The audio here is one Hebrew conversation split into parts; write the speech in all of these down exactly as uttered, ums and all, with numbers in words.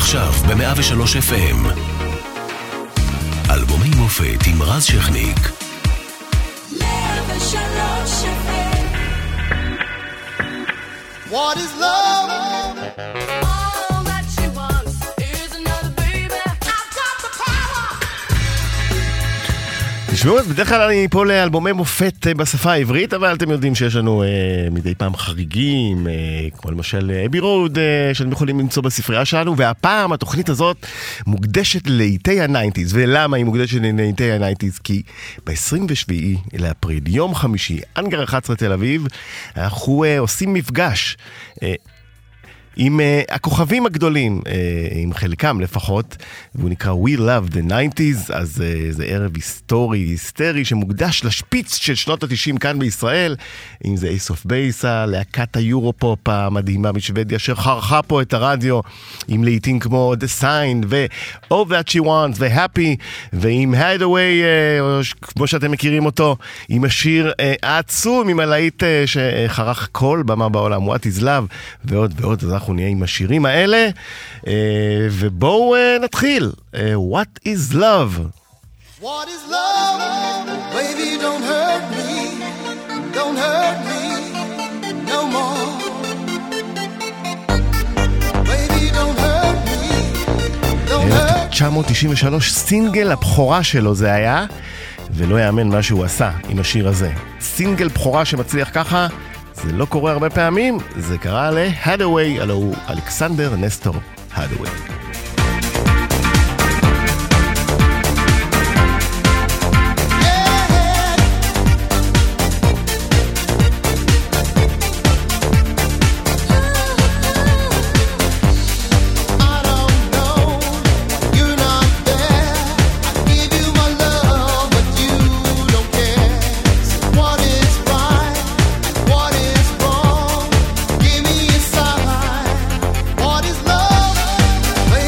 עכשיו ב-מאה ושלוש אף אם. אלבומי מופת עם רז שכניק. מאה ושלוש אף אם. What is love? All that she wants is another baby. I've got the power. תשמעו, אז בדרך כלל אני פה לאלבומי מופת בשפה העברית, אבל אתם יודעים שיש לנו אה, מדי פעם חריגים, אה, כמו למשל אבי רוד, אה, שאתם יכולים למצוא בספרייה שלנו, והפעם התוכנית הזאת מוקדשת לעיתי ה-תשעים. ולמה היא מוקדשת לעיתי ה-תשעים? כי ב-עשרים ושבעה לאפריל, יום חמישי, אנגר אחת עשרה תל אביב, אנחנו אה, עושים מפגש אה, עם uh, הכוכבים הגדולים, uh, עם חלקם לפחות, והוא נקרא We Love the תשעים, אז uh, זה ערב היסטורי, היסטרי, שמוקדש לשפיץ של שנות ה-תשעים כאן בישראל, אם זה Ace of Base, להקת היורופופ המדהימה משוודיה, אשר חרכה פה את הרדיו, עם לעיתים כמו The Sign, ו-All That She Wants, ו-Happy, ועם Hideaway, uh, כמו שאתם מכירים אותו, עם השיר uh, העצום, עם הלהיט uh, שחרך כל במה בעולם, What is Love, ועוד ועוד, אז אנחנו נהיה עם השירים האלה, ובואו נתחיל. What is love? What is love? Baby, don't hurt me. Don't hurt me no more. Baby, don't hurt me. Don't hurt. תשע מאות תשעים ושלוש, סינגל הבכורה שלו זה היה, ולא יאמן מה שהוא עשה עם השיר הזה. סינגל בכורה שמצליח ככה, זה לא קורה הרבה פעמים, זה קרה להדווי, הלוא הוא אלכסנדר נסטור הדווי. Baby,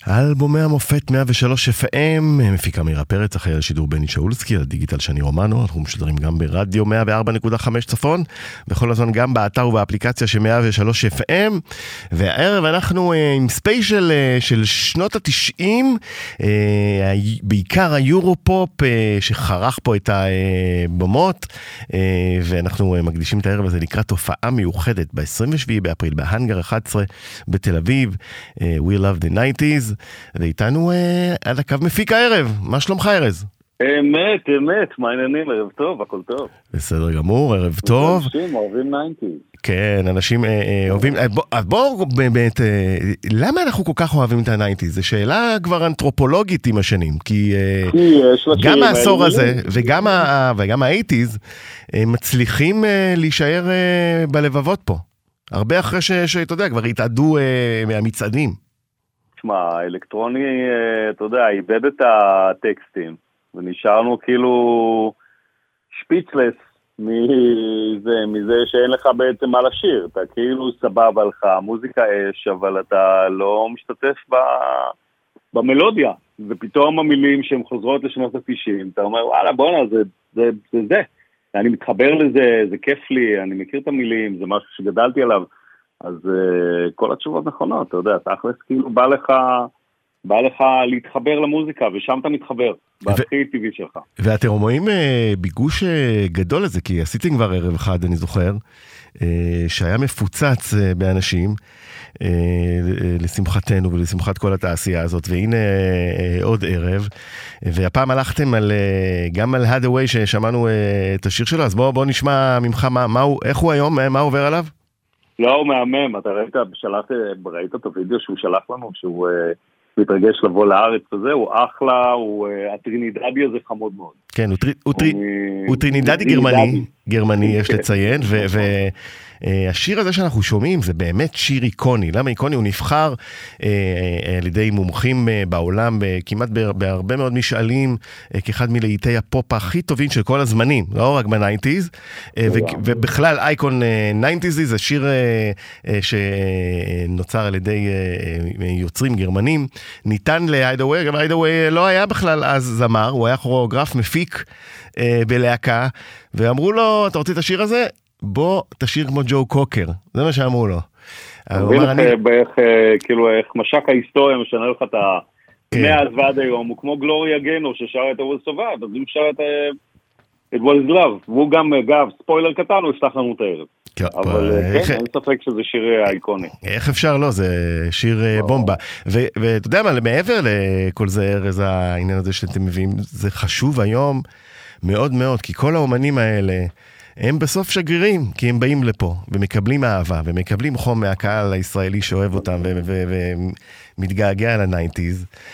אלבומי המופת מאה ושלוש אף אם, מפיקה מירה פרץ, אחראי על שידור בני שאולסקי, על דיגיטל שני רומנו, אנחנו משדרים גם ברדיו מאה וארבע נקודה חמש צפון, בכל הזמן גם באתר ובאפליקציה של מאה ושלוש אף אם, והערב אנחנו אה, עם ספיישל אה, של שנות התשעים, אה, בעיקר היורו-פופ אה, שחרך פה את הבומות, אה, ואנחנו אה, מקדישים את הערב הזה לקראת הופעה מיוחדת ב-עשרים ושבעה באפריל בהנגר אחת עשרה בתל אביב, אה, We Love the nineties, ואיתנו אה, על הקו מפיק הערב. מה שלומך ארז? אמת, אמת, מה העניינים? ערב טוב, הכל טוב. בסדר גמור, ערב טוב. אנשים אוהבים תשעים. כן, אנשים אה, אה, אוהבים, אה, בוא, אז בואו באמת, אה, למה אנחנו כל כך אוהבים את ה-תשעים? זו שאלה כבר אנתרופולוגית עם השנים, כי אה, כי יש לה גם שירים העשור האלה הזה מילים. וגם ה- וגם ה-שמונים אה, מצליחים אה, להישאר אה, בלבבות פה. הרבה אחרי ש- שאתה יודע, כבר התעדו אה, מהמצעדים. תשמע, האלקטרוני, אה, אתה יודע, איבד את הטקסטים, ונשארנו כאילו שפיצלס מזה, מזה שאין לך בעצם מה לשיר. אתה כאילו סבבה לך, מוזיקה אש, אבל אתה לא משתתף ב... במלודיה. ופתאום המילים שהן חוזרות לשנות ה-תשעים, אתה אומר, וואלה, בוא'נה, זה זה, זה זה. אני מתחבר לזה, זה כיף לי, אני מכיר את המילים, זה משהו שגדלתי עליו. אז uh, כל התשובות נכונות, אתה יודע, תכלס כאילו בא לך, בא לך להתחבר למוזיקה, ושם אתה מתחבר, בהכי טבעי שלך. ואתם רואים אה, ביגוש אה, גדול לזה, כי עשיתם כבר ערב אחד, אני זוכר, אה, שהיה מפוצץ אה, באנשים, אה, אה, לשמחתנו ולשמחת כל התעשייה הזאת, והנה אה, אה, עוד ערב, והפעם הלכתם על, אה, גם על Hathaway ששמענו אה, את השיר שלו, אז בוא, בוא נשמע ממך מה, מה הוא, איך הוא היום, מה עובר עליו? לא, הוא מהמם, אתה ראית, שלח, ראית את הוידאו שהוא שלח לנו, שהוא uh, מתרגש לבוא לארץ וזה, הוא אחלה, הוא, uh, הטרינידדי הזה חמוד מאוד. כן, הוא, טרי, הוא, טרי, הוא, הוא טרינידדי גרמני, גרמני יש לציין, והשיר הזה שאנחנו שומעים זה באמת שיר איקוני. למה איקוני? הוא נבחר אה, על ידי מומחים אה, בעולם, כמעט בהרבה מאוד משאלים, אה, כאחד מלהיטי הפופ הכי טובים של כל הזמנים, לא רק ב-תשעים, אה, ובכלל אייקון אה, תשעים זה שיר אה, אה, שנוצר על ידי אה, יוצרים גרמנים, ניתן ל-Hathaway, גם Hathaway לא היה בכלל אז זמר, הוא היה כוריאוגרף מפיק אה, בלהקה, ואמרו לו, אתה רוצה את השיר הזה? בוא תשיר כמו ג'ו קוקר. זה מה שאמרו לו. הוא אמר, אני... איך, כאילו, איך משק ההיסטוריה משנה לך את ה... מאז ועד היום, הוא כמו גלוריה גנור ששר את It Was Survive, אז הוא שר את It Was Love, והוא גם, אגב, ספוילר קטן, הוא ישלח לנו את הערב. אבל כן, אין ספק שזה שיר אייקוני. איך אפשר? לא, זה שיר בומבה. ואתה יודע מה, מעבר לכל זה, ארז, העניין הזה שאתם מביאים, זה חשוב היום מאוד מאוד, כי כל האומנים האלה, הם בסוף שגרירים, כי הם באים לפה, ומקבלים אהבה, ומקבלים חום מהקהל הישראלי שאוהב אותם, ומתגעגע ל-תשעים,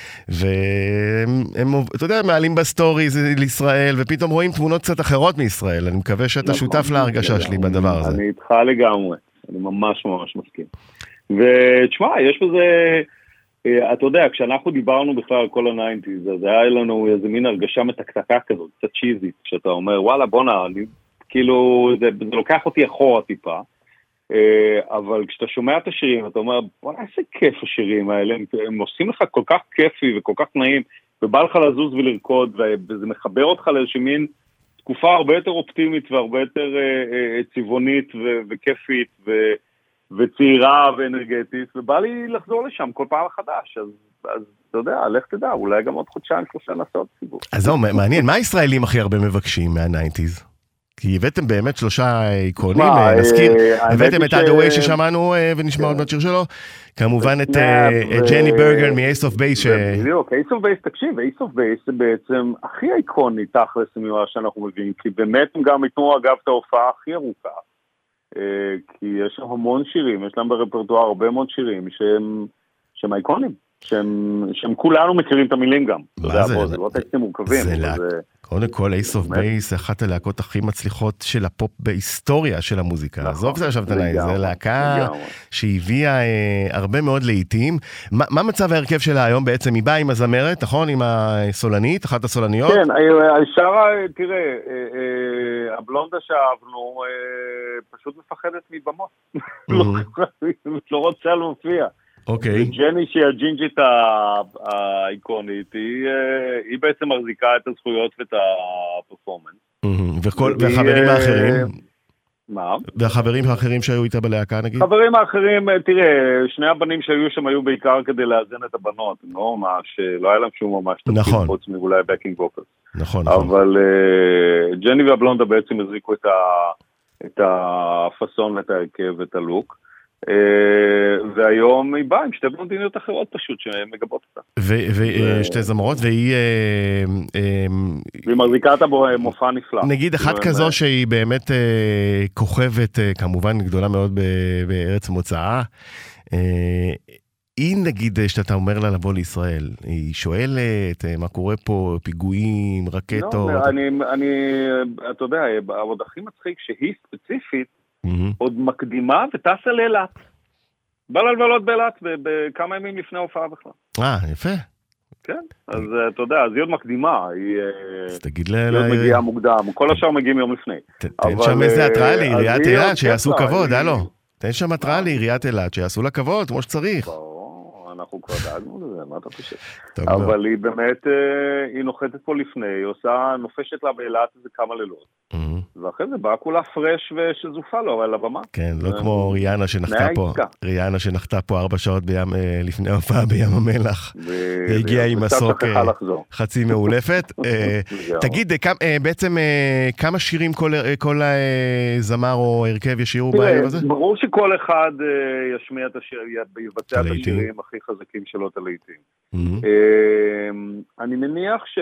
והם, אתה יודע, מעלים בסטוריז לישראל, ופתאום רואים תמונות קצת אחרות מישראל. אני מקווה שאתה שותף להרגשה שלי בדבר הזה. אני איתך לגמרי, אני ממש ממש מסכים. ותשמע, יש בזה, אתה יודע, כשאנחנו דיברנו בכלל על כל ה-תשעים, אז היה לנו איזה מין הרגשה מתקתקה כזאת, קצת צ'יזית, שאתה אומר, וואלה, בונה, אני... כאילו, זה, זה לוקח אותי אחורה טיפה, אבל כשאתה שומע את השירים, אתה אומר, בוא'נה, איזה כיף השירים האלה, הם, הם עושים לך כל כך כיפי וכל כך נעים, ובא לך לזוז ולרקוד, וזה מחבר אותך לאיזושהי מין תקופה הרבה יותר אופטימית, והרבה יותר אה, צבעונית ו- וכיפית, ו- וצעירה ואנרגטית, ובא לי לחזור לשם כל פעם מחדש, אז, אז אתה יודע, לך תדע, אולי גם עוד חודשיים שלושה לעשות סיבוב. אז זהו, מעניין, מה הישראלים הכי הרבה מבקשים מה-תשעים? כי הבאתם באמת שלושה איקונים, נזכיר, הבאתם את Hathaway ששמענו ונשמע עוד מהשיר שלו, כמובן את ג'ני ברגר מ-Ace of Base. בדיוק, Ace of Base, תקשיב, Ace of Base זה בעצם הכי איקוני תכלס ממה שאנחנו מביאים, כי באמת הם גם ייתנו אגב את ההופעה הכי ארוכה, כי יש להם המון שירים, יש להם ברפרטואר הרבה מאוד שירים שהם איקונים. שהם, שהם כולנו מכירים את המילים גם. מה זה? בוא, זה לא טקסטים מורכבים. זה להק... זה... קודם כל, Ace of Base, אחת הלהקות הכי מצליחות של הפופ בהיסטוריה של המוזיקה. נכון, עזוב זה עכשיו תנאי, זה להקה שהביאה אה, הרבה מאוד לעיתים. ما, מה מצב ההרכב שלה היום בעצם? היא באה עם הזמרת, נכון? עם הסולנית, אחת הסולניות? כן, השארה, תראה, אה, אה, הבלונדה שאהבנו אה, פשוט מפחדת מבמות. לא רוצה להופיע. אוקיי. ג'ני שהיא הג'ינג'ית ה- האיקונית, היא, אה, היא בעצם מחזיקה את הזכויות ואת הפרפורמנס. מהמם. וכל- והיא, והחברים אה, האחרים, מה? והחברים האחרים שהיו איתה בלהקה נגיד? חברים האחרים, אה, תראה, שני הבנים שהיו שם היו בעיקר כדי לאזן את הבנות, הם לא ממש, אה, לא היה להם שום ממש תפקיד נכון. חוץ מאולי בקינג ווקל. נכון, נכון. אבל אה, ג'ני והבלונדה בעצם הזריקו את, ה, את הפאסון ואת ההרכב ואת הלוק, אה, והיום היא באה עם שתי בלונדיניות אחרות פשוט שמגבות אותה. ושתי זמרות, והיא... אה, אה, והיא מחזיקה אותה במופע נפלא. נגיד אחת כאילו, כזו הם- שהיא באמת אה, כוכבת, אה, כמובן גדולה מאוד ב- בארץ מוצאה, אה, היא נגיד אה, שאתה אומר לה לבוא לישראל, היא שואלת אה, מה קורה פה, פיגועים, רקטות. לא, אני, אני, אתה יודע, עוד הכי מצחיק שהיא ספציפית מהמם. עוד מקדימה וטסה לאילת. בא לה לבלות באילת ב- בכמה ימים לפני ההופעה בכלל. אה, יפה. כן, אז אה, אתה יודע, אז היא עוד מקדימה, היא אה, אז תגיד היא לה... עוד מגיעה מוקדם, כל השאר מגיעים יום לפני. ת- תן אבל, שם איזה אה, התראה אז לעיריית היא עוד אילת, שיעשו קטע, כבוד, היא- הלו. תן שם התראה לעיריית אילת, שיעשו לה כבוד, כמו שצריך. ברור, אנחנו כבר דאגנו לזה, מה אתה חושב? טוב מאוד. אבל היא באמת, אה, היא נוחתת פה לפני, היא עושה, נופשת לה באילת איזה כמה לילות. מהמם. ואחרי זה באה כולה פרש ושזופה לו על הבמה. כן, לא אה, כמו ריאנה שנחתה תנאי פה, העסקה. ריאנה שנחתה פה ארבע שעות בים, אה, לפני ההופעה בים המלח. והגיעה עם וקצת מסוק שכחה אה, לחזור. חצי מאולפת. אה, לגמרי. תגיד, אה, כמה- אה, בעצם אה, כמה שירים כל- אה, כל הזמר או הרכב ישירו תראה, בערב הזה? ברור שכל אחד אה, ישמיע את השיר, יבצע את הלהיטים. השירים הכי חזקים שלו, את הלהיטים. מהמם. אה, אני מניח ש,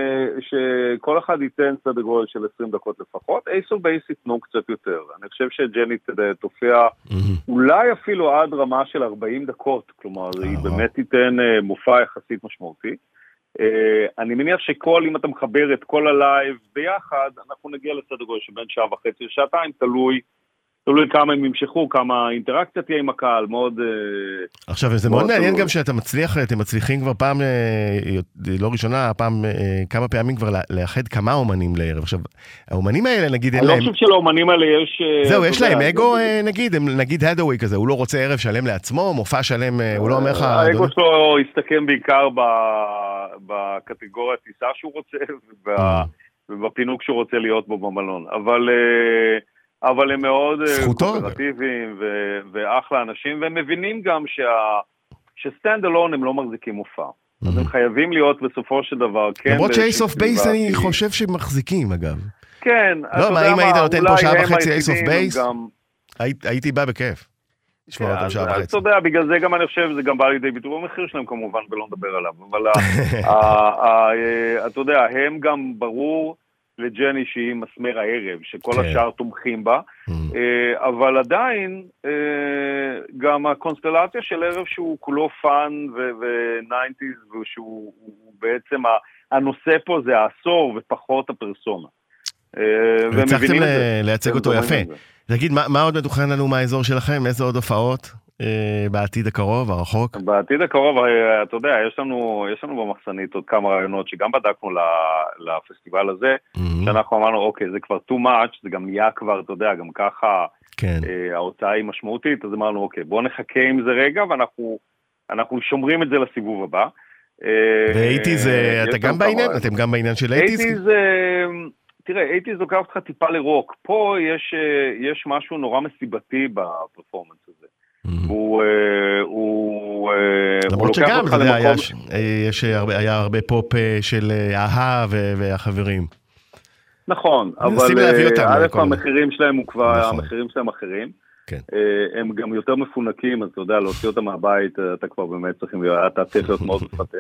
שכל אחד ייתן סדר גודל של עשרים דקות לפחות, אייס או בייס ייתנו קצת יותר. אני חושב שג'ני ת- תופיע מהמם. אולי אפילו עד רמה של ארבעים דקות, כלומר היא אה, באמת תיתן אה, מופע יחסית משמעותי. אה, אני מניח שכל, אם אתה מחבר את כל הלייב ביחד, אנחנו נגיע לסדר גודל שבין שעה וחצי לשעתיים, תלוי, תלוי כמה הם ימשכו, כמה אינטראקציה תהיה עם הקהל, מאוד... אה, עכשיו, זה מאוד מאוד מעניין תלוי. גם שאתה מצליח, אתם מצליחים כבר פעם, אה, לא ראשונה, פעם, אה, כמה פעמים כבר לה- לאחד כמה אומנים לערב. עכשיו, האומנים האלה, נגיד, אין אני לא להם... חושב שלאומנים האלה יש... אה, זהו, אתה יש יודע, להם זה- אגו, אה, נגיד, הם- נגיד הדווי כזה, הוא לא רוצה ערב שלם לעצמו, מופע שלם, אה, הוא לא אומר לך... האגו אדוני- שלו הסתכם בעיקר ב- בקטגוריית טיסה שהוא רוצה, וב- אה. ובפינוק שהוא רוצה להיות בו במלון. אבל, אה, אבל הם מאוד אה, זכותו, קואופרטיביים ו- ואחלה אנשים, והם מבינים גם שה- שסטנד אלון הם לא מחזיקים מופע. אז הם חייבים להיות בסופו של דבר, כן... למרות באיזושהי שאייס אוף בייס סביבה אני שהיא- חושב שמחזיקים אגב. כן, אתה לא, מה, יודע אם היית נותן פה אולי שעה הם וחצי Ace of היחידים, הם Base? גם- היית- הייתי בא בכיף. לשמוע אותם אז- שעה אז וחצי. אתה יודע, בגלל זה גם אני חושב, זה גם בא לידי ביטוי במחיר שלהם כמובן, ולא נדבר עליו, אבל ה- ה- ה- אתה יודע, הם גם ברור לג'ני שהיא מסמר הערב, שכל כן. השאר תומכים בה, אה, אבל עדיין אה, גם הקונסטלציה של ערב שהוא כולו פאן וניינטיז, ושהוא הוא בעצם, ה- הנושא פה זה העשור ופחות הפרסונה. אה, והם והצלחתם מבינים את ל- זה. לייצג הם אותו זורמים יפה. את זה. תגיד, מה מה עוד מתוכנן לנו מהאזור שלכם? איזה עוד הופעות אה, בעתיד הקרוב, הרחוק? בעתיד הקרוב, אה, אתה יודע, יש לנו, יש לנו במחסנית עוד כמה רעיונות שגם בדקנו ל- לפסטיבל הזה, Mhm. שאנחנו אמרנו, אוקיי, זה כבר too much, זה גם נהיה כבר, אתה יודע, גם ככה כן. אה, ההוצאה היא משמעותית, אז אמרנו, אוקיי, בואו נחכה עם זה רגע, ואנחנו אנחנו שומרים את זה לסיבוב הבא. אה, ואייטיז, אה, אתה יש גם לנו כמה בעניין? רעיונות. אתם גם בעניין של אייטיז? אייטיז, אה, תראה, אייטיז לוקח אותך טיפה לרוק, פה יש, אה, יש משהו נורא מסיבתי בפרפורמנס הזה. Mhm. הוא, אה, הוא, אה, הוא למרות לוקח שגם, אותך אתה יודע, למקום היה ש- אה, יש הרבה- היה הרבה פופ אה, של אה, אהה ו- והחברים. נכון, מנסים אבל להביא אותם אה, א', לכל מיני. המחירים שלהם הוא כבר, נכון. המחירים שלהם אחרים. כן. אה, הם גם יותר מפונקים, אז אתה יודע, להוציא אותם מהבית, אה, אתה כבר באמת צריכים, להיות- אתה צריך להיות מאוד מפתה.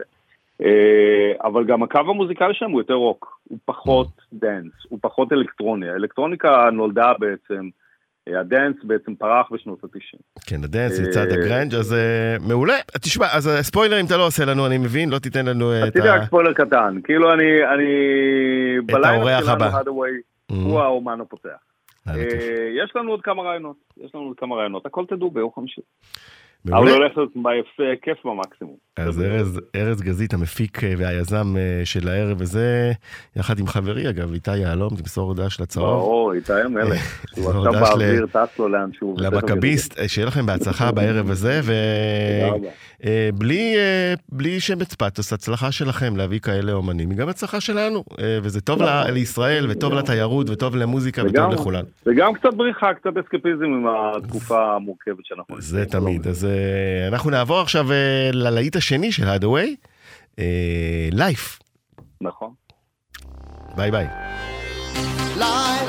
אה, אבל גם הקו המוזיקלי שלהם הוא יותר רוק, הוא פחות דנס, הוא פחות אלקטרוני. האלקטרוניקה נולדה בעצם, אה, הדנס בעצם פרח בשנות ה-תשעים. כן, הדנס אה, לצד הגרנג', אז אה, מעולה. תשמע, אז אה, ספוילרים אתה לא עושה לנו, אני מבין, לא תיתן לנו אה, את עשיתי ה... רק ספוילר קטן, כאילו אני, אני, בלילה האורח הבא. שלנו, הדווי, Mhm. הוא האומן הפותח. אה, לכיף. אה, יש לנו עוד כמה רעיונות, יש לנו עוד כמה רעיונות, הכל תדעו ביום חמישי. אבל מעולה. הולך להיות יפה, כיף במקסימום. אז ארז, ארז גזית, המפיק והיזם של הערב הזה, יחד עם חברי, אגב, איתי יעלום, תמסור הודעה של הצהוב. ברור, איתי המלך. הוא עכשיו באוויר, טס לו לאן שהוא. למכביסט, שיהיה לכם בהצלחה בערב הזה, ובלי שמץ פתוס, הצלחה שלכם להביא כאלה אומנים, היא גם הצלחה שלנו, וזה טוב לישראל, וטוב לתיירות, וטוב למוזיקה, וטוב לכולנו. וגם קצת בריחה, קצת אסקפיזם עם התקופה המורכבת שאנחנו... זה תמיד, אז אנחנו נעבור עכשיו ללהיט השני של הדווי, לייף. נכון. ביי ביי. Life,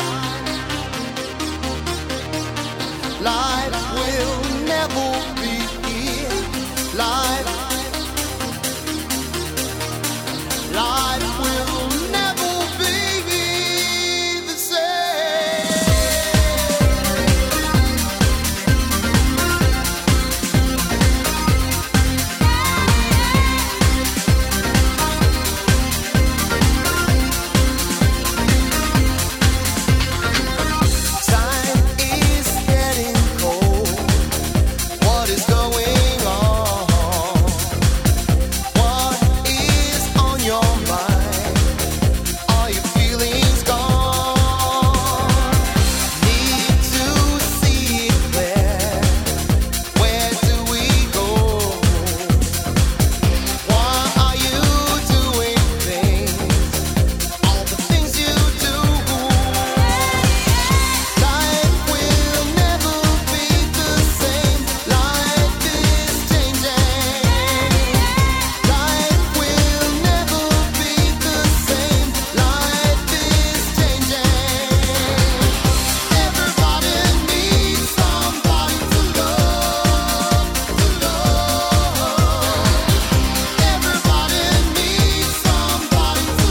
life will never be here. Life, life will never be the same. Time is getting cold. What is going on? What is on your mind? Are your feelings gone? Need to see it clear. Where do we go? Why are you doing things? All the things you do. Life will never be the same. Life is changing. Life will never be the same. Life is changing. Everybody needs somebody to love, to love. Everybody needs somebody to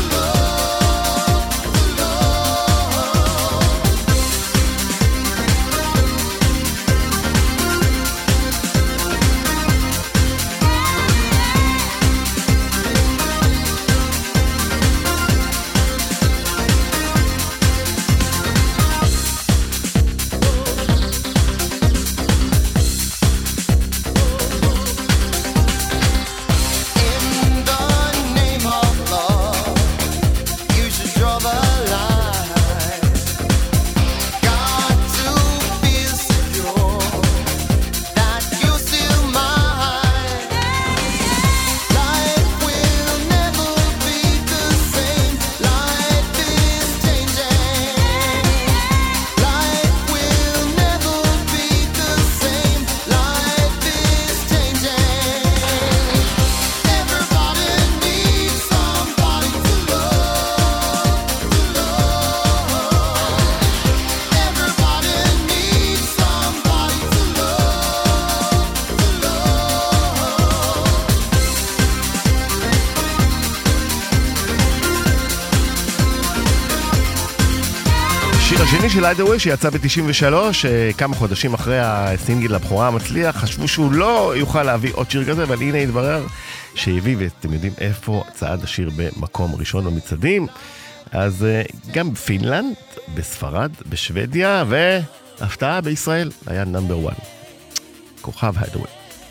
In the name of love, you should draw the line. Got to feel secure that you're still mine. Life will never be the same. Life is changing. Life will never be the same. Life is changing. Everybody needs somebody to love, to love. Everybody needs somebody to השיר השני של הדווי שיצא ב-תשעים ושלוש, אה, כמה חודשים אחרי הסינגל הבכורה המצליח, חשבו שהוא לא יוכל להביא עוד שיר כזה, אבל הנה התברר שהביא, ואתם יודעים איפה צעד השיר במקום ראשון במצעדים. אז אה, גם בפינלנד, בספרד, בשוודיה, והפתעה בישראל, היה נאמבר וואן. כוכב הדווי.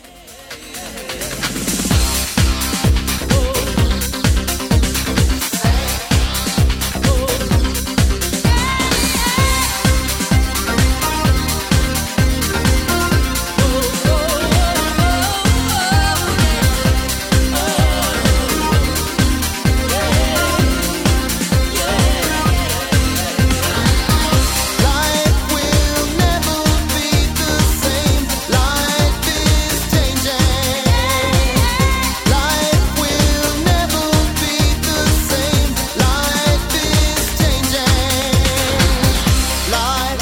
Life will never be the same. Life is changing. Life will never be the same. Life is changing. Life,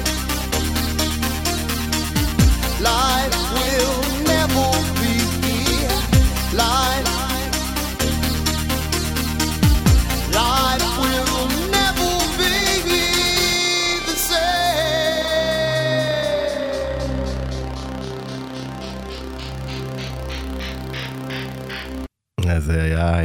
life will never be here. Life, life will never be the same. אז זה היה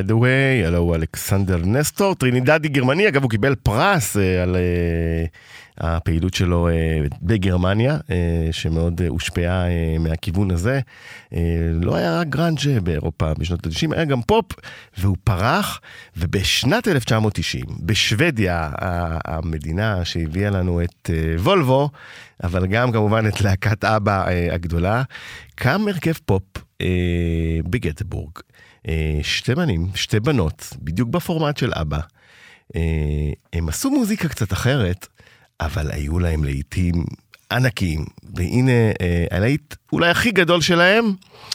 הדווי, הלו הוא אלכסנדר נסטור, טרינידדי גרמני, אגב הוא קיבל פרס אה, על, אה, הפעילות שלו בגרמניה, שמאוד הושפעה מהכיוון הזה. לא היה רק גרנג' באירופה בשנות ה-תשעים, היה גם פופ, והוא פרח, ובשנת אלף תשע מאות תשעים, בשוודיה, המדינה שהביאה לנו את וולבו, אבל גם כמובן את להקת אבא הגדולה, קם הרכב פופ בגטבורג. שתי בנים, שתי בנות, בדיוק בפורמט של אבא. הם עשו מוזיקה קצת אחרת, אבל היו להם לעיתים ענקים. והנה הלהיט אולי הכי גדול שלהם,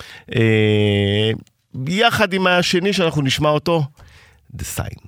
יחד עם השני שאנחנו נשמע אותו, The Sign.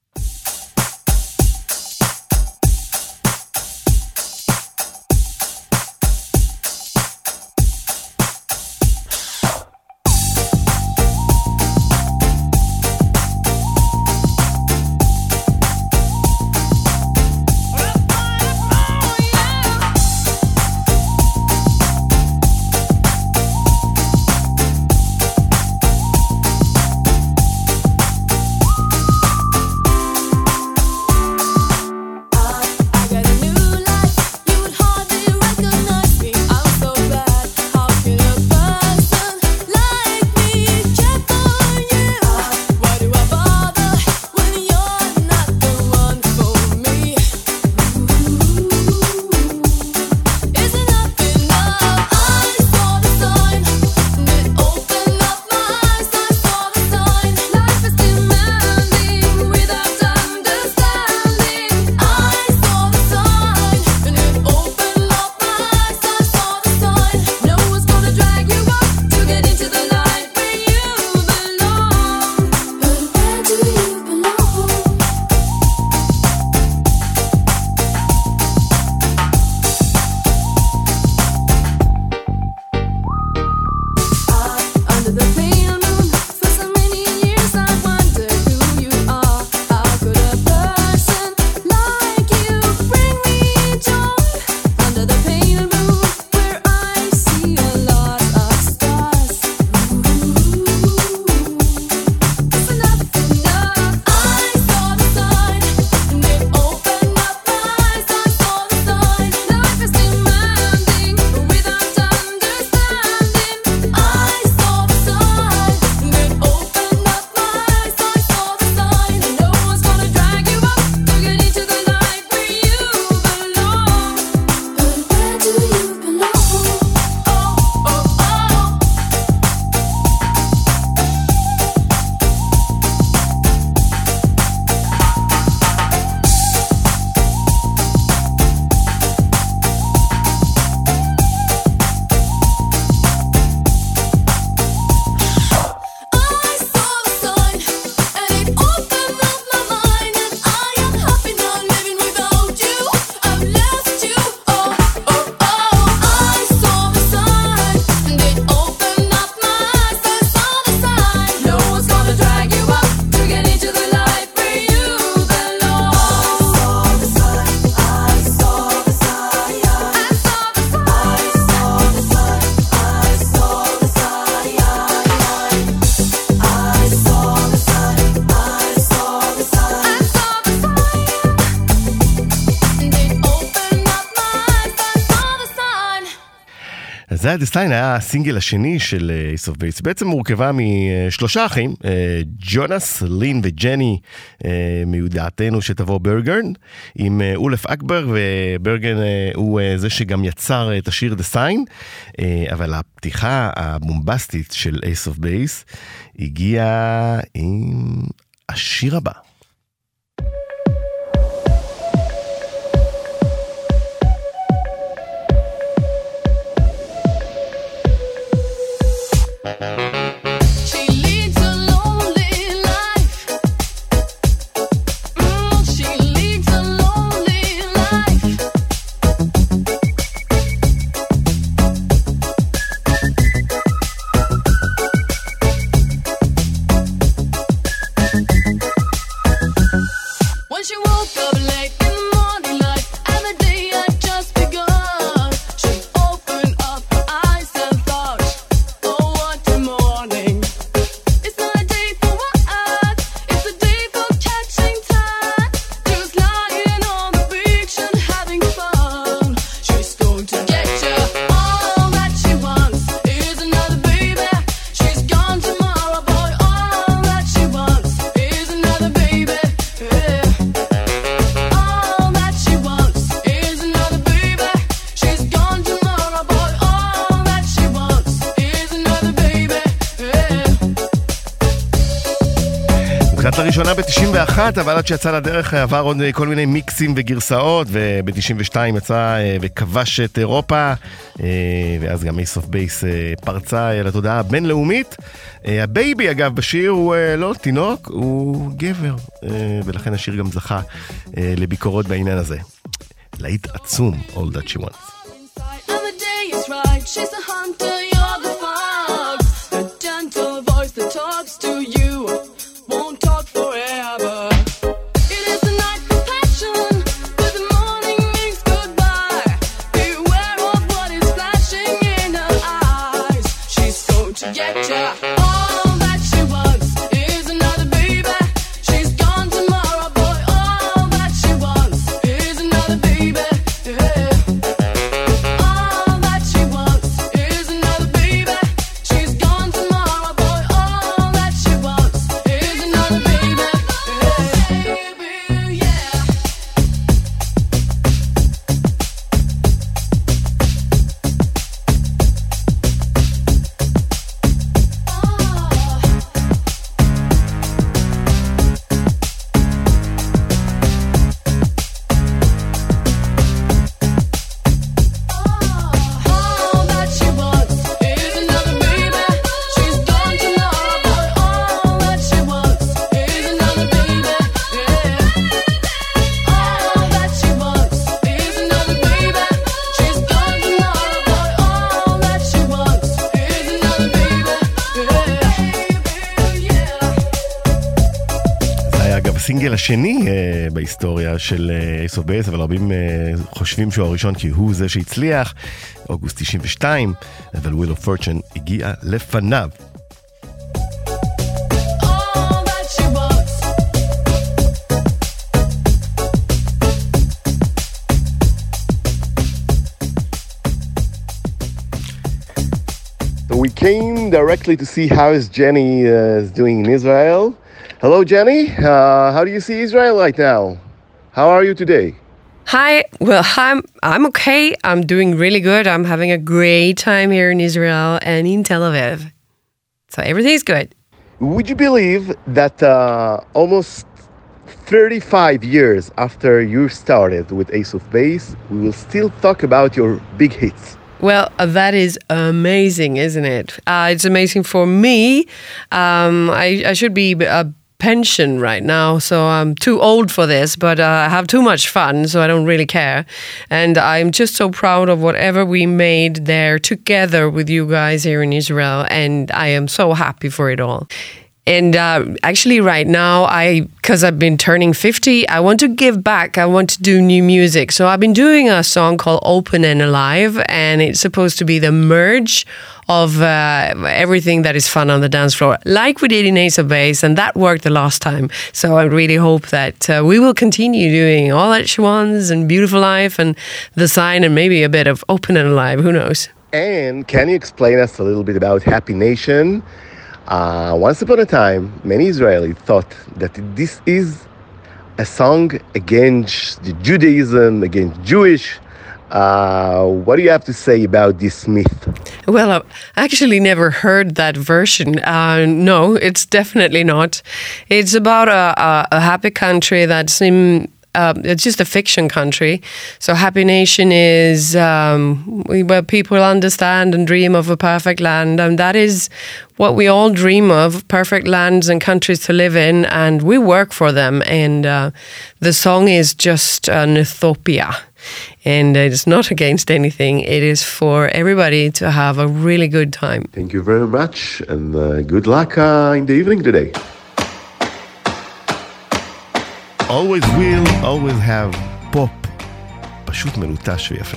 זה The Sign היה הסינגל השני של Ace of Base, בעצם מורכבה משלושה אחים, ג'ונס, לין וג'ני, מיודעתנו שתבוא ברגרן, עם אולף אקבר, וברגרן הוא זה שגם יצר את השיר The Sign, אבל הפתיחה הבומבסטית של Ace of Base הגיעה עם השיר הבא. She leads a lonely life. Mm, she leads a lonely life. הוקלט לראשונה ב-תשעים ואחת, אבל עד שיצא לדרך עבר עוד כל מיני מיקסים וגרסאות, וב-תשעים ושתיים יצא וכבש את אירופה, ואז גם Ace of Base פרצה לתודעה הבינלאומית. הבייבי אגב בשיר הוא לא תינוק, הוא גבר, ולכן השיר גם זכה לביקורות בעניין הזה. להיט עצום, All That She Wants. The day is right, she's a hunter, you're the fox. A gentle voice that talks to you won't talk forever. It is a night for passion, but the morning means goodbye. Beware of what is flashing in her eyes. She's going to get ya. All that she wants is another baby. She's gone tomorrow, boy. All that she wants is another baby. Yeah. All that she wants is another baby. She's gone tomorrow, boy. All that she wants is another baby. Baby, yeah. All that she wants is another baby. She's gone tomorrow, boy. All that she wants is another baby. Yeah. All that she wants is another baby. She's gone tomorrow, boy. All that she wants is another baby. Yeah. זה היה אגב הסינגל השני אה, בהיסטוריה של אה, Ace of Base, אבל רבים אה, חושבים שהוא הראשון כי הוא זה שהצליח, אוגוסט תשעים ושתיים, אבל Wheel of Fortune הגיע לפניו. All that she wants. So we came directly to see how is Jenny uh, is doing in Israel. Hello Jenny, uh, how do you see Israel right now? How are you today? Hi. Well, I'm I'm okay. I'm doing really good. I'm having a great time here in Israel and in Tel Aviv. So everything's good. Would you believe that uh, almost thirty-five years after you started with Ace of Base, we will still talk about your big hits? Well, uh, that is amazing, isn't it? Uh, it's amazing for me. Um, I, I should be a pension right now, so I'm too old for this, but uh, I have too much fun, so I don't really care. And I'm just so proud of whatever we made there together with you guys here in Israel, and I am so happy for it all. And uh, actually right now, I because I've been turning fifty, I want to give back. I want to do new music. So I've been doing a song called Open and Alive, and it's supposed to be the merge of uh, everything that is fun on the dance floor, like we did in Ace of Base, and that worked the last time. So I really hope that uh, we will continue doing All That She Wants and Beautiful Life and The Sign and maybe a bit of Open and Alive, who knows? And can you explain us a little bit about Happy Nation? Uh, once upon a time, many Israelis thought that this is a song against the Judaism, against Jewish. Uh, what do you have to say about this myth? Well, I've actually never heard that version. Uh, no, it's definitely not. It's about a, a, a happy country that's in... Uh, it's just a fiction country. So Happy Nation is um, where people understand and dream of a perfect land. And that is what we all dream of, perfect lands and countries to live in. And we work for them. And uh, the song is just an utopia. And it's not against anything. It is for everybody to have a really good time. Thank you very much. And uh, good luck uh, in the evening today. always will, always have פופ פשוט מלוטש ויפה.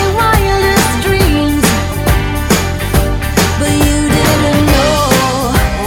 But you didn't know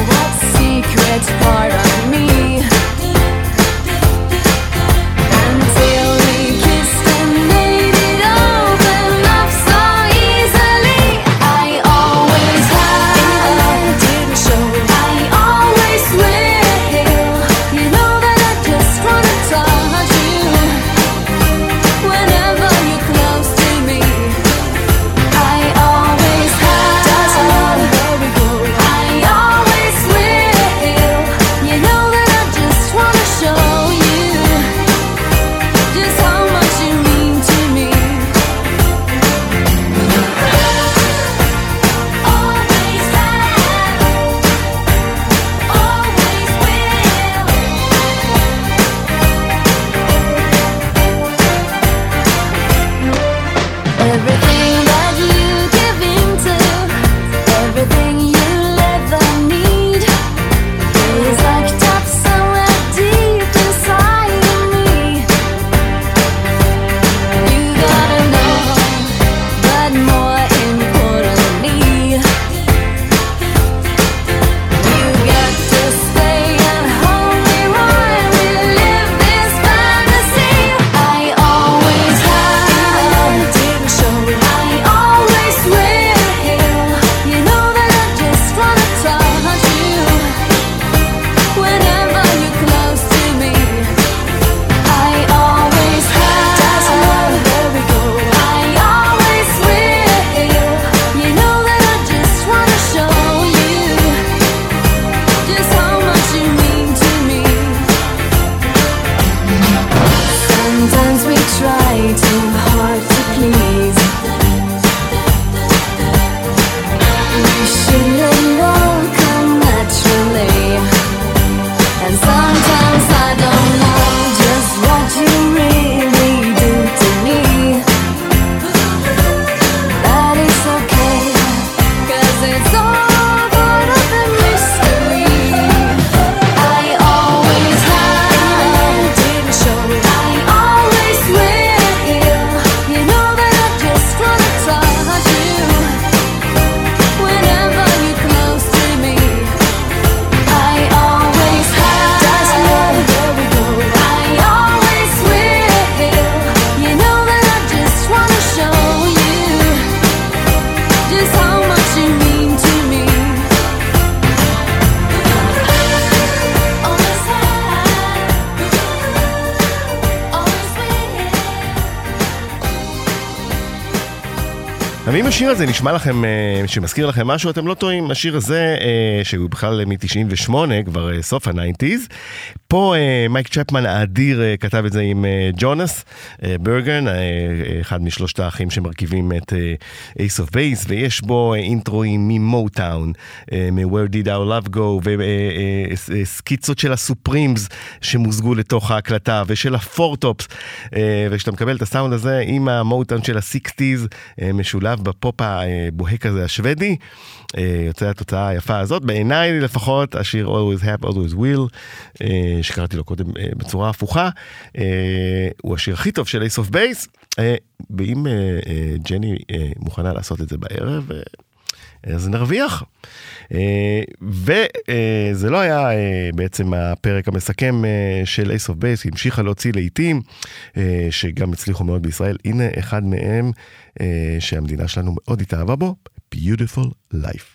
too hard to please. You should have known come naturally. And sometimes I don't know just what you really do to me. That is okay, 'cause it's all part of the mystery. I always have, didn't show it. I always will. You know that I just wanna touch you whenever you're close to me. I always have, doesn't matter where we go. I always will. You know that I just wanna show you just how much you mean to me. Always have, always will. אבל אם השיר הזה נשמע לכם, אה, שמזכיר לכם משהו, אתם לא טועים. השיר הזה, אה, שהוא בכלל מ-תשעים ושמונה, כבר אה, סוף ה-תשעים. פה אה, מייק צ'פמן האדיר אה, כתב את זה עם אה, ג'ונס אה, ברגן, אה, אחד משלושת האחים שמרכיבים את אה, Ace of Base, ויש בו אה, אינטרואים ממוטאון, אה, מ-Where Did Our Love Go, וסקיצות של הסופרימס שמוזגו לתוך ההקלטה, ושל הפורטופס, אה, וכשאתה מקבל את הסאונד הזה עם המוטאון של ה-סיקסטיז, אה, משולב בפופ הבוהק הזה השוודי, יוצא התוצאה היפה הזאת. בעיניי לפחות השיר Always Have, Always Will, שקראתי לו קודם בצורה הפוכה, הוא השיר הכי טוב של Ace of Base, ואם ג'ני מוכנה לעשות את זה בערב, אז נרוויח. וזה לא היה בעצם הפרק המסכם של Ace of Base, המשיכה להוציא לעיתים שגם הצליחו מאוד בישראל. הנה אחד מהם שהמדינה שלנו מאוד התאהבה בו, Beautiful Life.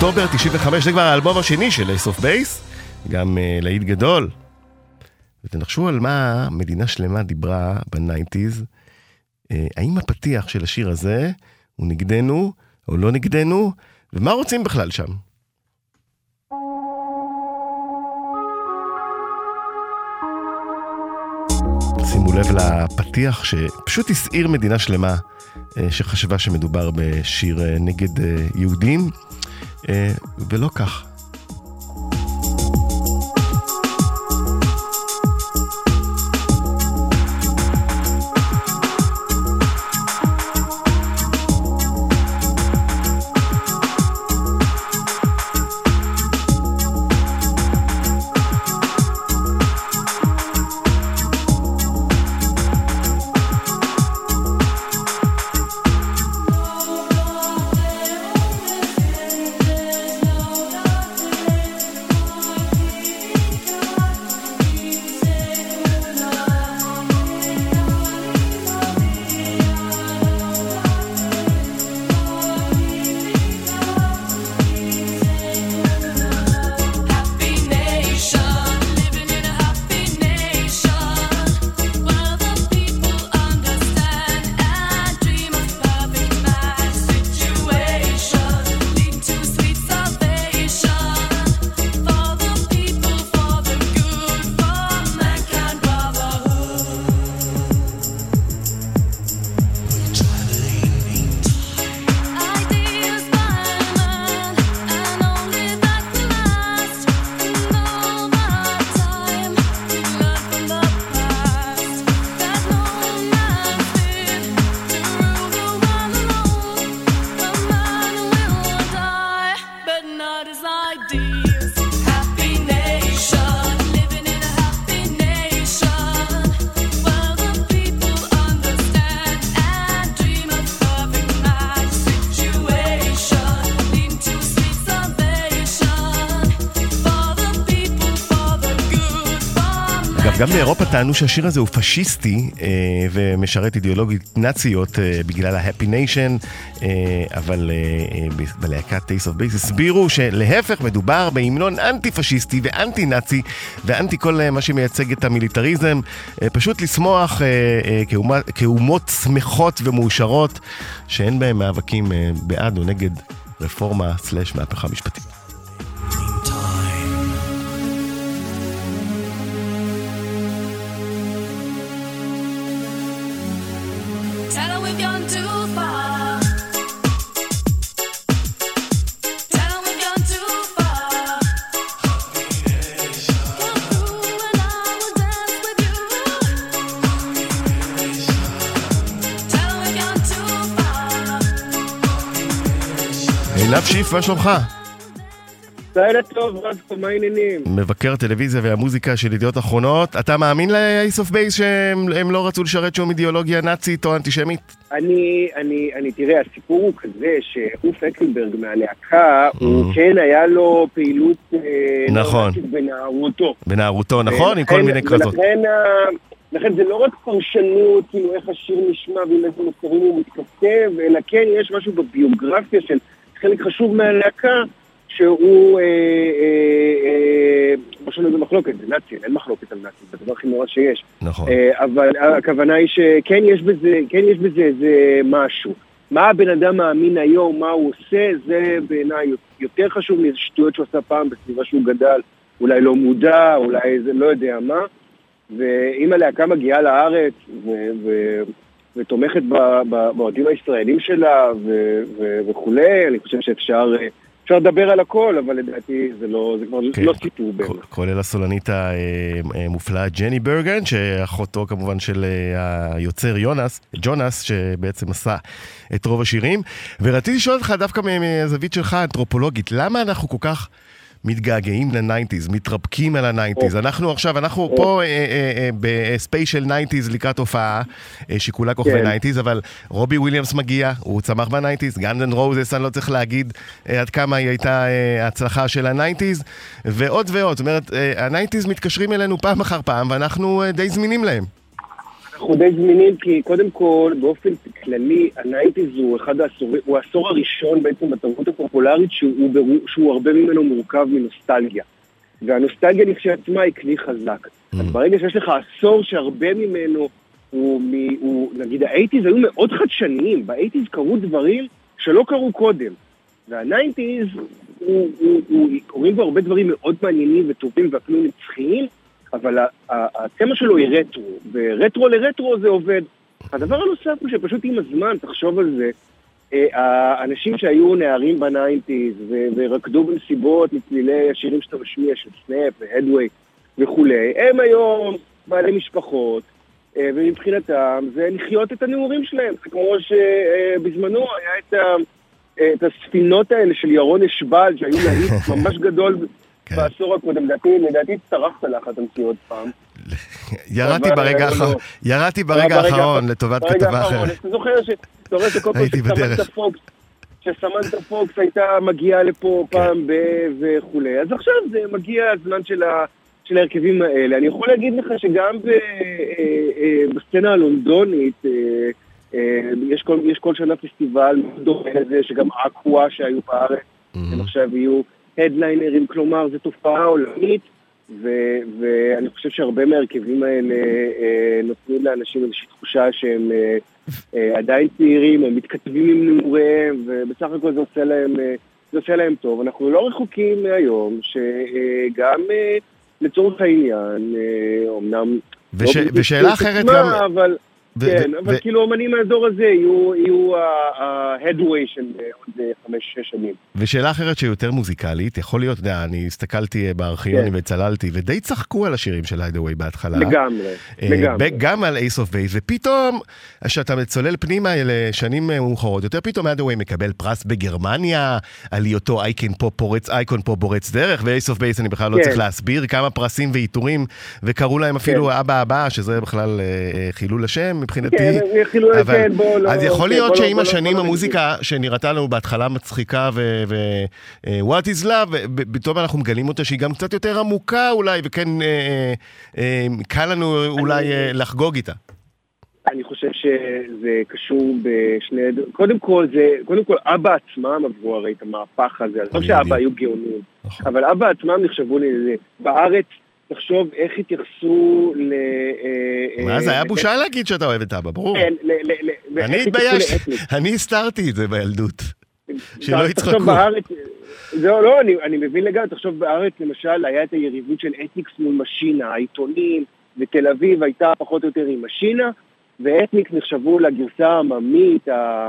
אוקטובר תשעים וחמש, זה כבר האלבום השני של Ace of Base, גם uh, להיט גדול. ותנחשו על מה מדינה שלמה דיברה ב-תשעים. Uh, האם הפתיח של השיר הזה הוא נגדנו או לא נגדנו, ומה רוצים בכלל שם? שימו לב לפתיח שפשוט הסעיר מדינה שלמה שחשבה שמדובר בשיר נגד יהודים, ולא כך. גם באירופה טענו שהשיר הזה הוא פשיסטי אה, ומשרת אידיאולוגית נאציות אה, בגלל ה-Happy Nation, אה, אבל אה, בלהקת Ace of Base הסבירו שלהפך מדובר בהמנון אנטי-פשיסטי ואנטי-נאצי ואנטי כל מה שמייצג את המיליטריזם, אה, פשוט לשמוח אה, אה, כאומה, כאומות שמחות ומאושרות שאין בהם מאבקים אה, בעד או נגד רפורמה סלש מהפכה משפטית. עינב שיף, מה שלומך? לילה טוב, רדקו, מה העניינים? מבקר הטלוויזיה והמוזיקה של ידיעות אחרונות. אתה מאמין ל-Ace of Base שהם לא רצו לשרת שום אידיאולוגיה נאצית או אנטישמית? אני, אני, אני, תראה, הסיפור הוא כזה שאוף אקלברג מהלהקה, הוא כן היה לו פעילות נכון. נאצית בנערותו. בנערותו, נכון? עם כל מיני קרזות. לכן זה לא רק פרשנות, כאילו איך השיר נשמע ועם איזה מסרים הוא מתכתב, אלא כן יש משהו בביוגרפיה של חלק חשוב מהלהקה, שהוא, משהו לזה מחלוקת, זה נאצי, אין מחלוקת על נאצי, זה הדבר הכי נורא שיש. נכון. אבל הכוונה היא שכן יש בזה, כן יש בזה איזה משהו. מה הבן אדם מאמין היום, מה הוא עושה, זה בעיניי יותר חשוב מאיזה שטויות שהוא עשה פעם בסביבה שהוא גדל, אולי לא מודע, אולי זה לא יודע מה. ואם הלהקה מגיעה לארץ ותומכת בעובדים הישראלים שלה וכולי, אני חושב שאפשר... אפשר לדבר על הכל, אבל לדעתי זה לא, זה כבר לא סיפור באמת. כולל הסולנית המופלאה ג'ני ברגן, שאחותו כמובן של היוצר יונס, ג'ונס, שבעצם עשה את רוב השירים. ורציתי לשאול אותך דווקא מהזווית שלך, אנתרופולוגית, למה אנחנו כל כך מתגעגעים ל-תשעים, מתרפקים על ה-תשעים. אנחנו עכשיו, אנחנו פה בספיישל תשעים לקראת הופעה, שכולה כוכבי תשעים, אבל רובי וויליאמס מגיע, הוא צמח ב-תשעים, גאנז אנד רוזס, אני לא צריך להגיד עד כמה היא הייתה ההצלחה של ה-תשעים, ועוד ועוד. זאת אומרת, ה-תשעים מתקשרים אלינו פעם אחר פעם, ואנחנו די זמינים להם. אנחנו די זמינים, כי קודם כל, באופן כללי, הניינטיז הוא אחד העשורים, הוא העשור הראשון בעצם בתרבות הפופולרית, שהוא, שהוא, שהוא הרבה ממנו מורכב מנוסטלגיה. והנוסטלגיה לכשעצמה היא כלי חזק. אז ברגע שיש לך עשור שהרבה ממנו, הוא, מ, הוא נגיד, האייטיז היו מאוד חדשניים, באייטיז קרו דברים שלא קרו קודם. והניינטיז, הוא, הוא, הוא, קוראים בו הרבה דברים מאוד מעניינים וטובים ואפילו נצחיים, אבל התמה שלו היא רטרו, ורטרו לרטרו זה עובד. הדבר הנוסף הוא שפשוט עם הזמן, תחשוב על זה, האנשים שהיו נערים בניינטיז ורקדו במסיבות מצלילי השירים שאתה משמיע של סנאפ והדווי וכולי, הם היום בעלי משפחות, ומבחינתם זה לחיות את הנעורים שלהם. זה כמו שבזמנו היה את, ה, את הספינות האלה של ירון אשבל, שהיו להיט ממש גדול בעשור הקודם. לדעתי הצטרפת לאחת המציאות פעם. ירדתי ברגע האחרון, ירדתי ברגע האחרון לטובת כתבה אחרת. אתה זוכר שאתה רואה שכל פעם שסמנטה פוקס, שסמנטה פוקס הייתה מגיעה לפה פעם וכולי. אז עכשיו זה מגיע הזמן של ה... של ההרכבים האלה. אני יכול להגיד לך שגם בסצנה הלונדונית יש כל, יש כל שנה פסטיבל דומה לזה, שגם אקווה שהיו בארץ, הם עכשיו יהיו הדליינרים, כלומר זו תופעה עולמית, ו- ואני חושב שהרבה מההרכבים האלה נותנים לאנשים איזושהי תחושה שהם עדיין צעירים או מתכתבים עם נעוריהם, ובסך הכל זה עושה להם, זה עושה להם טוב. אנחנו לא רחוקים מהיום שגם לצורך העניין, אומנם... ושאלה אחרת גם... אבל כן, אבל כאילו אמנים מהדור הזה יהיו ה-headway של עוד חמש, שש שנים. ושאלה אחרת שיותר מוזיקלית, יכול להיות, אני הסתכלתי בארכיונים וצללתי, ודי צחקו על השירים של הידווי בהתחלה. לגמרי, לגמרי. גם על Ace of Base, ופתאום, כשאתה מצולל פנימה לשנים מאוחרות, יותר פתאום הידווי מקבל פרס בגרמניה, על היותו אייקון פה פורץ דרך, ו-Ace of Base אני בכלל לא צריך להסביר כמה פרסים ואיתורים, וקראו להם אפילו אבא הבא, שזה בכלל חילול השם, מבחינתי, אבל אז יכול להיות שעם השנים המוזיקה שנראתה לנו בהתחלה מצחיקה ו-What is Love, פתאום אנחנו מגלים אותה שהיא גם קצת יותר עמוקה אולי, וכן קל לנו אולי לחגוג איתה. אני חושב שזה קשור בשני... קודם כל, זה, קודם כל, אבא עצמם עברו הרי את המהפך הזה, אז לא שאבא היו גאונים, אבל אבא עצמם נחשבו לזה. בארץ תחשוב איך התייחסו ל... מה זה? היה בושה להגיד שאתה אוהב את אבא, ברור. אני התביישתי, אני הסתרתי את זה בילדות. שלא יצחקו. זהו, לא, אני מבין לגמרי, תחשוב בארץ למשל היה את היריבות של אתניקס מול משינה, העיתונים, ותל אביב הייתה פחות או יותר עם משינה, ואתניקס נחשבו לגרסה העממית,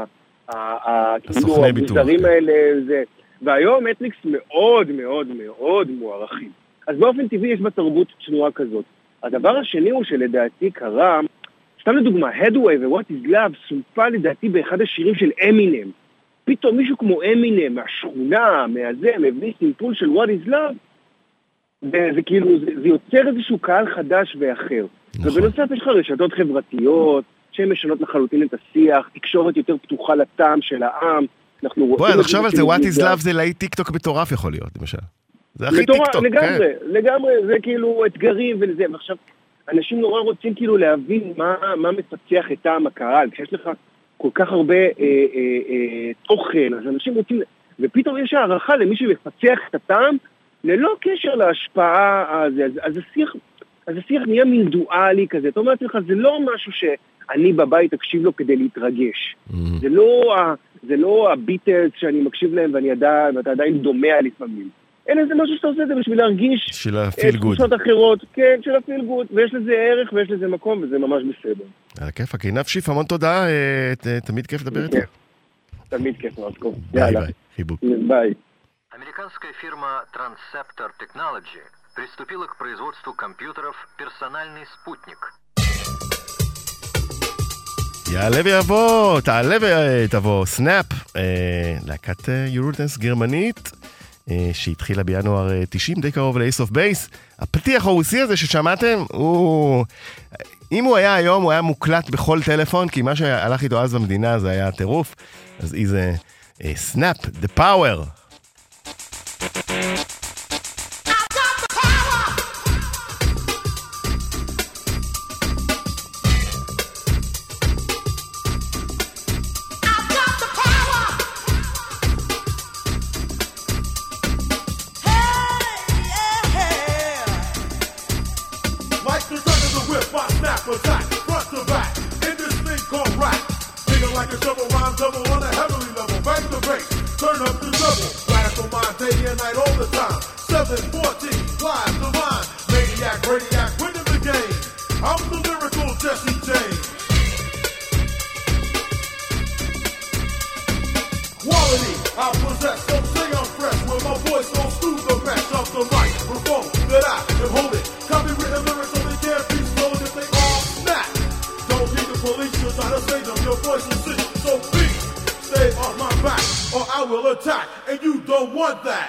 כאילו המוזרים האלה, והיום אתניקס מאוד מאוד מאוד מוערכים. אז באופן טבעי יש בתרבות צנועה כזאת. הדבר השני הוא שלדעתי קרה, סתם לדוגמה, Headway ו-What is Love סופה לדעתי באחד השירים של אמינם. פתאום מישהו כמו אמינם, מהשכונה, מהזה, מביא סימפול של What is Love, וזה כאילו, זה, זה יוצר איזשהו קהל חדש ואחר. נכון. ובנוסף יש לך רשתות חברתיות, שהן משנות לחלוטין את השיח, תקשורת יותר פתוחה לטעם של העם. בואי, אז עכשיו על זה, What is Love זה להיט טיקטוק מטורף יכול להיות, למשל. זה הכי טיקטוק, לגמרי, כן. לגמרי, זה כאילו אתגרים וזה, ועכשיו, אנשים נורא רוצים כאילו להבין מה, מה מפצח את טעם הקהל, כשיש לך כל כך הרבה אה, אה, אה, תוכן, אז אנשים רוצים, ופתאום יש הערכה למי שמפצח את הטעם, ללא קשר להשפעה הזה, אז, אז השיח, אז השיח נהיה מין דואלי כזה, אתה אומר לך, זה לא משהו שאני בבית אקשיב לו כדי להתרגש, mm-hmm. זה לא, זה לא הביטלס שאני מקשיב להם ואני עדיין, ואתה עדיין דומע לפעמים. אין איזה משהו שאתה עושה את זה בשביל להרגיש תחושות אחרות, כן, של הפיל גוד, ויש לזה ערך ויש לזה מקום, וזה ממש בסדר. על הכיף, עינב שיף, המון תודה, תמיד כיף לדבר איתך. תמיד כיף, מרסקו. ביי ביי, חיבוק. ביי. Американская фирма Transceptor Technology приступила к производству компьютеров «Персональный спутник». יעלה ויבוא, תעלה ותבוא, סנאפ, להקת יורודנס גרמנית, שהתחילה בינואר תשעים, די קרוב ל-Ace of Base. הפתיח הרוסי הזה ששמעתם, הוא... אם הוא היה היום, הוא היה מוקלט בכל טלפון, כי מה שהלך איתו אז במדינה זה היה טירוף. אז איזה סנאפ, The Power. Like the turn of the whip, I snap attack, front to back, in this thing called rap. Nigga like a double rhyme double on a heavenly level. Bang the bass, turn up the double. Blast on mine day and night all the time. seven fourteen, live divine. Maniac, radiac, winning the game. I'm the lyrical Jesse James. Quality, I possess, don't say I'm fresh. When my voice goes through the mesh of the microphone that I am holding. Copywritten lyrics only can't be stolen if they all snap. Don't need the police to try to save them. Your voice is sick, so please stay off my back, or I will attack, and you don't want that.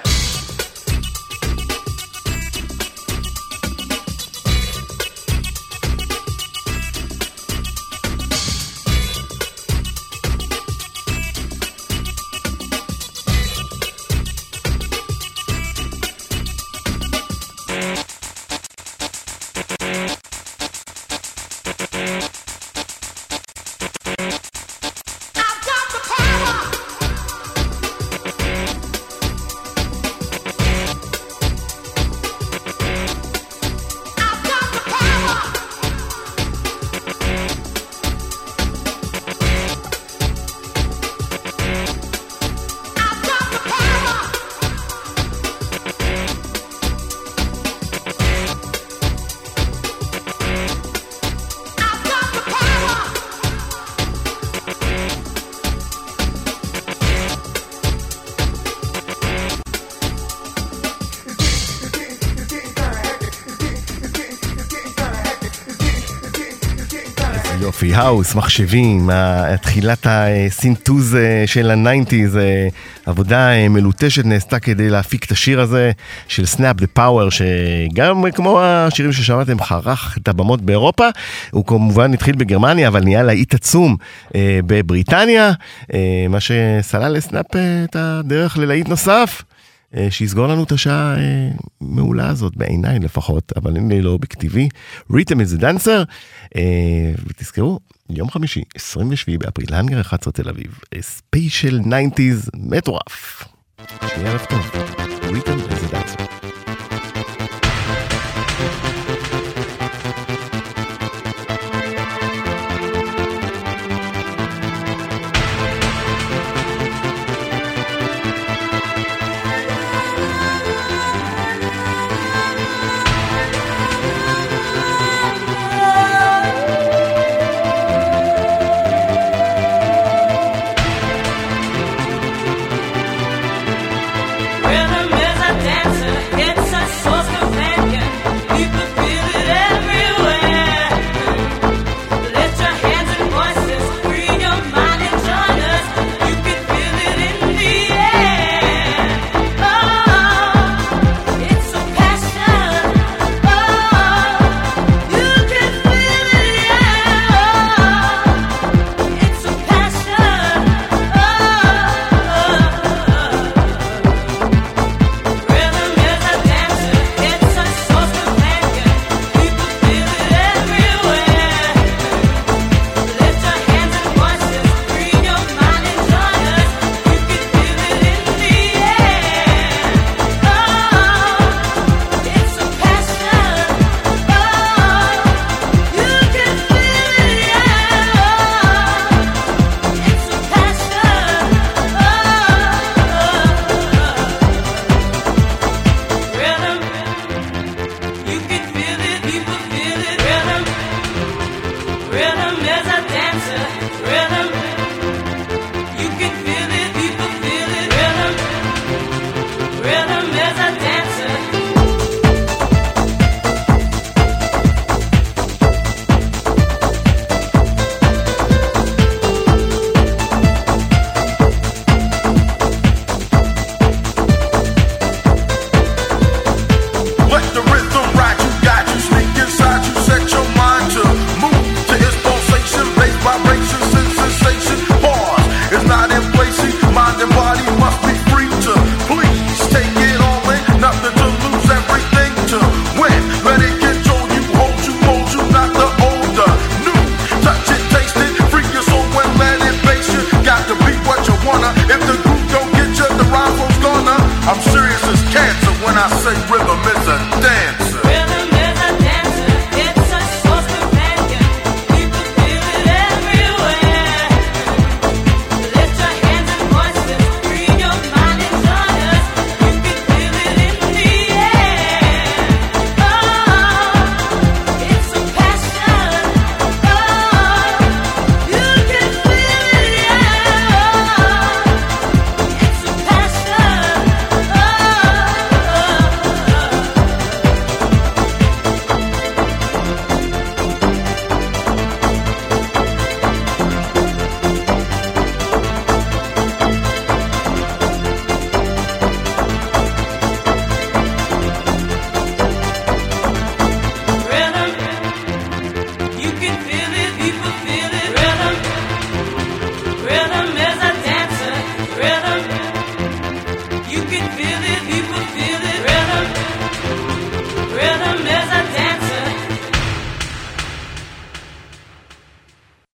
יופי, האוס, מחשבים, תחילת הסינטוז של הניינטיז, עבודה מלוטשת נעשתה כדי להפיק את השיר הזה של Snap the Power, שגם כמו השירים ששמעתם חרך את הבמות באירופה, הוא כמובן התחיל בגרמניה, אבל נהיה להיט עצום בבריטניה, מה שסלל לסנאפ את הדרך ללהיט נוסף, שיסגור לנו את השעה מעולה הזאת, בעיניי לפחות, אבל אני לא אובייקטיבי. Rhythm is a Dancer, ותזכרו, יום חמישי, עשרים ושבעה באפריל, האנגר אחת עשרה תל אביב, ספיישל ניינטיז מטורף. שיהיה ערב טוב, Rhythm is a Dancer.